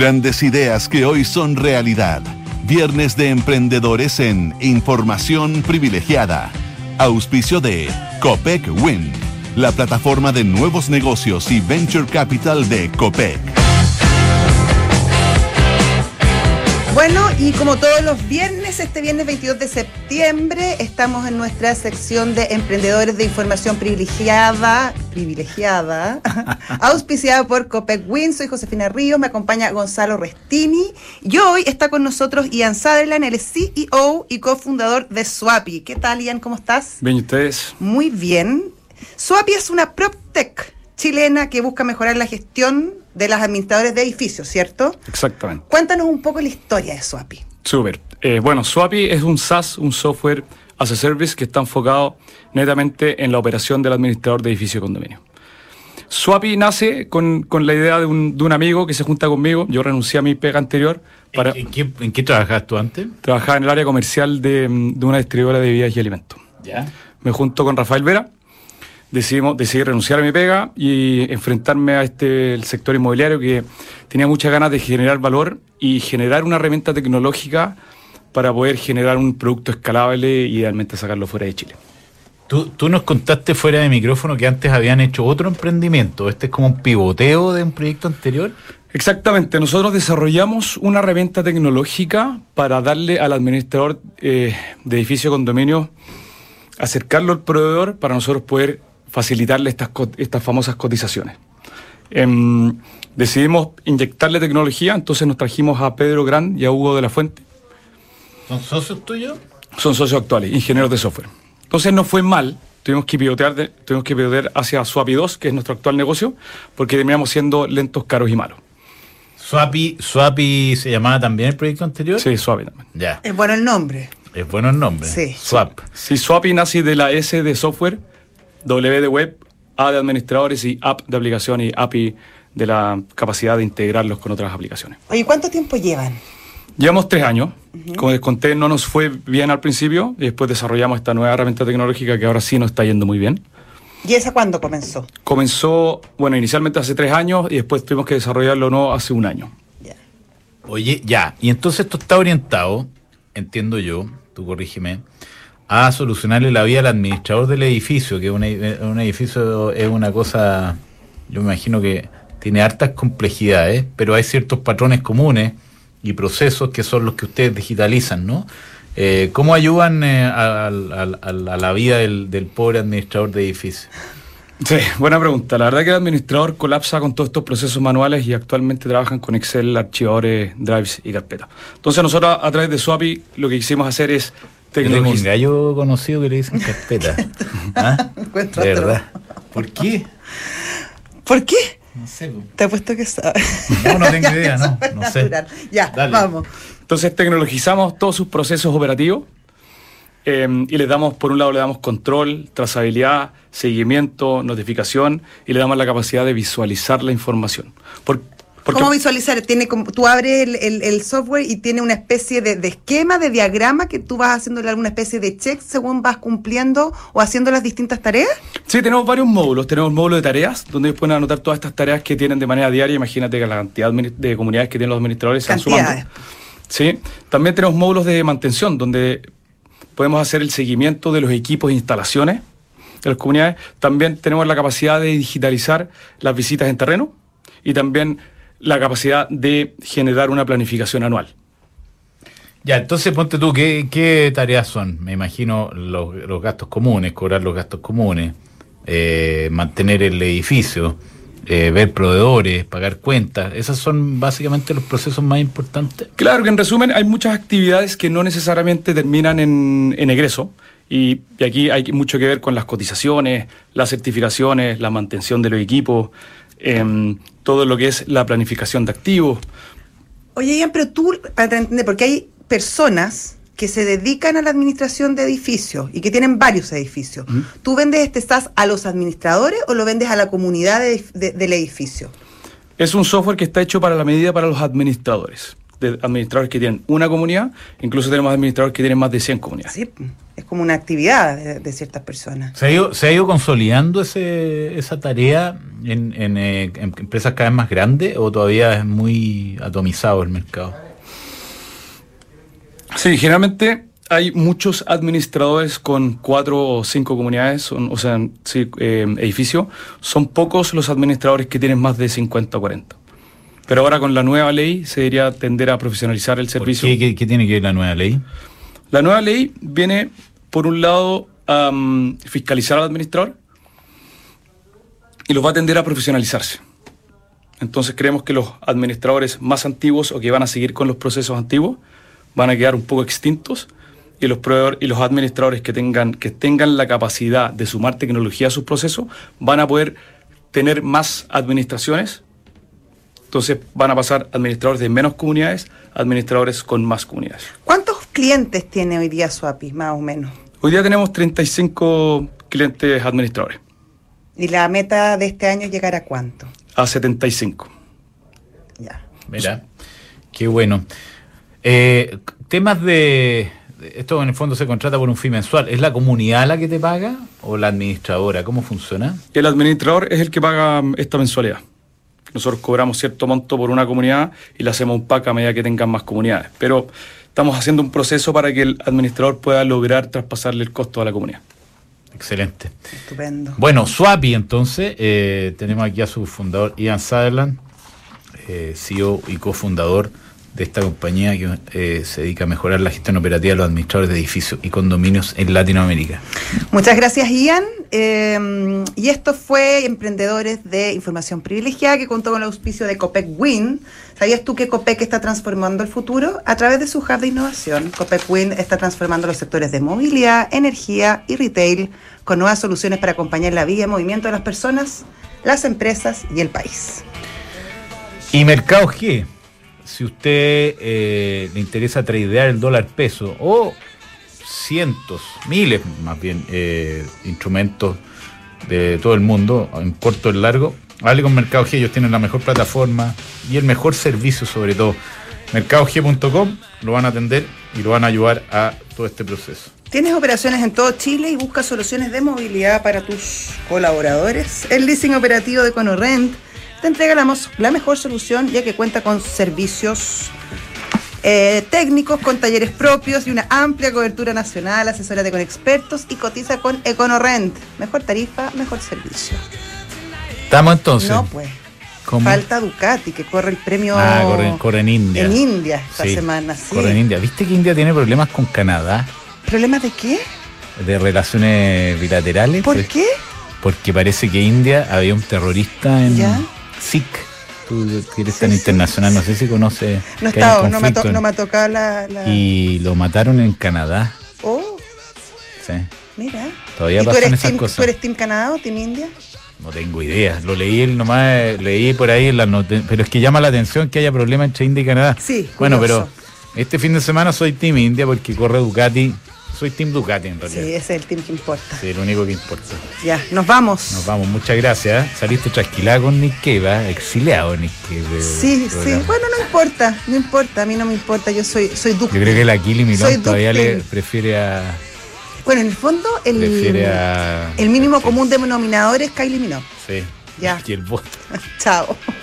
Grandes ideas que hoy son realidad. Viernes de Emprendedores en Información Privilegiada. Auspicio de Copec Win, la plataforma de nuevos negocios y Venture Capital de Copec. Bueno, y como todos los viernes, este viernes 22 de septiembre, estamos en nuestra sección de Emprendedores de Información Privilegiada, auspiciada por Copec Win. Soy Josefina Ríos, me acompaña Gonzalo Restini, y hoy está con nosotros Ian Sutherland, el CEO y cofundador de Swapi. ¿Qué tal, Ian? ¿Cómo estás? Bien, ¿y ustedes? Muy bien. Swapi es una PropTech chilena que busca mejorar la gestión de los administradores de edificios, ¿cierto? Exactamente. Cuéntanos un poco la historia de Swapi. Súper. Bueno, Swapi es un SaaS, un software as a service que está enfocado netamente en la operación del administrador de edificio y condominio. Swapi nace con la idea de un amigo que se junta conmigo. Yo renuncié a mi pega anterior. ¿En qué trabajabas tú antes? Trabajaba en el área comercial de una distribuidora de bebidas y alimentos. ¿Ya? Me junto con Rafael Vera. Decidí renunciar a mi pega y enfrentarme a el sector inmobiliario que tenía muchas ganas de generar valor y generar una herramienta tecnológica para poder generar un producto escalable y idealmente sacarlo fuera de Chile. Tú nos contaste fuera de micrófono que antes habían hecho otro emprendimiento. ¿Este es como un pivoteo de un proyecto anterior? Exactamente. Nosotros desarrollamos una herramienta tecnológica para darle al administrador de edificio condominio, acercarlo al proveedor para nosotros poder facilitarle estas famosas cotizaciones. Decidimos inyectarle tecnología, entonces nos trajimos a Pedro Gran y a Hugo de la Fuente. ¿Son socios tuyos? Son socios actuales, ingenieros de software. Entonces no fue mal, tuvimos que pivotear hacia Swapi 2, que es nuestro actual negocio, porque terminamos siendo lentos, caros y malos. ¿Swapi se llamaba también el proyecto anterior? Sí, Swapi también. Ya. Es bueno el nombre. Es bueno el nombre. Sí. Swap. Sí, Swapi nace de la S de software, W de web, A de administradores y app de aplicación y API de la capacidad de integrarlos con otras aplicaciones. Oye, ¿cuánto tiempo llevan? Llevamos 3 años. Como les conté, no nos fue bien al principio y después desarrollamos esta nueva herramienta tecnológica que ahora sí nos está yendo muy bien. ¿Y esa cuándo comenzó? Comenzó, inicialmente hace 3 años y después tuvimos que desarrollarlo hace 1 año. Ya. Oye, ya. Y entonces esto está orientado, entiendo yo, tú corrígeme, a solucionarle la vida al administrador del edificio, que un edificio es una cosa, yo me imagino que tiene hartas complejidades, pero hay ciertos patrones comunes y procesos que son los que ustedes digitalizan, ¿no? ¿Cómo ayudan a la vida del pobre administrador de edificio? Sí, buena pregunta. La verdad que el administrador colapsa con todos estos procesos manuales y actualmente trabajan con Excel, archivadores, drives y carpetas. Entonces nosotros a través de Swapi lo que quisimos hacer es tengo un gallo conocido que le dicen carpeta. ¿Ah? De verdad. ¿Por qué? ¿Por qué? No sé. Te apuesto que sabes. No tengo idea, no sé. Ya, dale. Vamos. Entonces tecnologizamos todos sus procesos operativos y le damos control, trazabilidad, seguimiento, notificación y le damos la capacidad de visualizar la información. ¿Cómo visualizar? Tú abres el software y tiene una especie de esquema, de diagrama que tú vas haciéndole alguna especie de check según vas cumpliendo o haciendo las distintas tareas. Sí, tenemos varios módulos. Tenemos el módulo de tareas, donde ellos pueden anotar todas estas tareas que tienen de manera diaria. Imagínate que la cantidad de comunidades que tienen los administradores se van sumando. Sí. También tenemos módulos de mantención, donde podemos hacer el seguimiento de los equipos e instalaciones de las comunidades. También tenemos la capacidad de digitalizar las visitas en terreno y también la capacidad de generar una planificación anual. Ya, entonces ponte tú, ¿qué tareas son? Me imagino los gastos comunes, cobrar los gastos comunes, mantener el edificio, ver proveedores, pagar cuentas. ¿Esos son básicamente los procesos más importantes? Claro que en resumen hay muchas actividades que no necesariamente terminan en egreso. Y aquí hay mucho que ver con las cotizaciones, las certificaciones, la mantención de los equipos, todo lo que es la planificación de activos. Oye, Ian, pero tú, para entender, porque hay personas que se dedican a la administración de edificios y que tienen varios edificios. ¿Tú vendes este SaaS a los administradores o lo vendes a la comunidad del edificio? Es un software que está hecho para la medida para los administradores. de administradores que tienen una comunidad, incluso tenemos administradores que tienen más de 100 comunidades. Sí, es como una actividad de ciertas personas. ¿Se ha ido consolidando esa tarea en empresas cada vez más grandes o todavía es muy atomizado el mercado? Sí, generalmente hay muchos administradores con 4 o 5 comunidades, edificios. Son pocos los administradores que tienen más de 50 o 40. Pero ahora con la nueva ley se debería tender a profesionalizar el servicio. ¿Qué tiene que ver la nueva ley? La nueva ley viene, por un lado, a fiscalizar al administrador y los va a tender a profesionalizarse. Entonces creemos que los administradores más antiguos o que van a seguir con los procesos antiguos van a quedar un poco extintos y los administradores que tengan la capacidad de sumar tecnología a sus procesos van a poder tener más administraciones. Entonces van a pasar administradores de menos comunidades a administradores con más comunidades. ¿Cuántos clientes tiene hoy día Swapi, más o menos? Hoy día tenemos 35 clientes administradores. ¿Y la meta de este año es llegar a cuánto? A 75. Ya. Mira, qué bueno. Temas de... Esto en el fondo se contrata por un fee mensual. ¿Es la comunidad la que te paga o la administradora? ¿Cómo funciona? El administrador es el que paga esta mensualidad. Nosotros cobramos cierto monto por una comunidad y le hacemos un pack a medida que tengan más comunidades. Pero estamos haciendo un proceso para que el administrador pueda lograr traspasarle el costo a la comunidad. Excelente. Estupendo. Bueno, Swapi entonces, tenemos aquí a su fundador Ian Sutherland, CEO y cofundador de esta compañía que se dedica a mejorar la gestión operativa de los administradores de edificios y condominios en Latinoamérica. Muchas gracias, Ian. Y esto fue Emprendedores de Información Privilegiada, que contó con el auspicio de Copec Wind. ¿Sabías tú que Copec está transformando el futuro? A través de su hub de innovación, Copec Wind está transformando los sectores de movilidad, energía y retail con nuevas soluciones para acompañar la vida y movimiento de las personas, las empresas y el país. Y Mercado G. Si usted le interesa tradear el dólar peso o cientos, miles más bien, instrumentos de todo el mundo, en corto o en largo, hable con Mercado G. Ellos tienen la mejor plataforma y el mejor servicio, sobre todo. mercadog.com, lo van a atender y lo van a ayudar a todo este proceso. ¿Tienes operaciones en todo Chile y buscas soluciones de movilidad para tus colaboradores? El leasing operativo de EconoRent te entrega la mejor solución, ya que cuenta con servicios técnicos, con talleres propios y una amplia cobertura nacional. Asesórate con expertos y cotiza con EconoRent. Mejor tarifa, mejor servicio. ¿Estamos entonces? No, pues. ¿Cómo? Falta Ducati, que corre el premio... corre en India. En India esta semana, sí. Corre en India. ¿Viste que India tiene problemas con Canadá? ¿Problemas de qué? De relaciones bilaterales. ¿Por qué? Porque parece que India había un terrorista en... ¿Ya? Sikh, tú que eres tan internacional, no sé si conoces. No me ha tocado la... Y lo mataron en Canadá. Oh. Sí. Mira. Todavía pasan esas cosas. ¿Tú eres Team Canadá o Team India? No tengo idea. Lo leí por ahí en las noticias. Pero es que llama la atención que haya problemas entre India y Canadá. Sí. Bueno, curioso. pero este fin de semana soy Team India porque corre Ducati. Soy Team Ducati en realidad. Sí, ese es el team que importa. Sí, lo único que importa. Ya, nos vamos. Nos vamos, muchas gracias. Saliste trasquilada con Nick Cave, exiliado Nick Cave. Sí. Bueno, no importa, a mí no me importa, yo soy Ducati. Yo creo que la Kylie Milón todavía le prefiere a... Bueno, en el fondo, el mínimo común denominador es Kylie Minogue. Sí. Ya. Y el voto. Chao.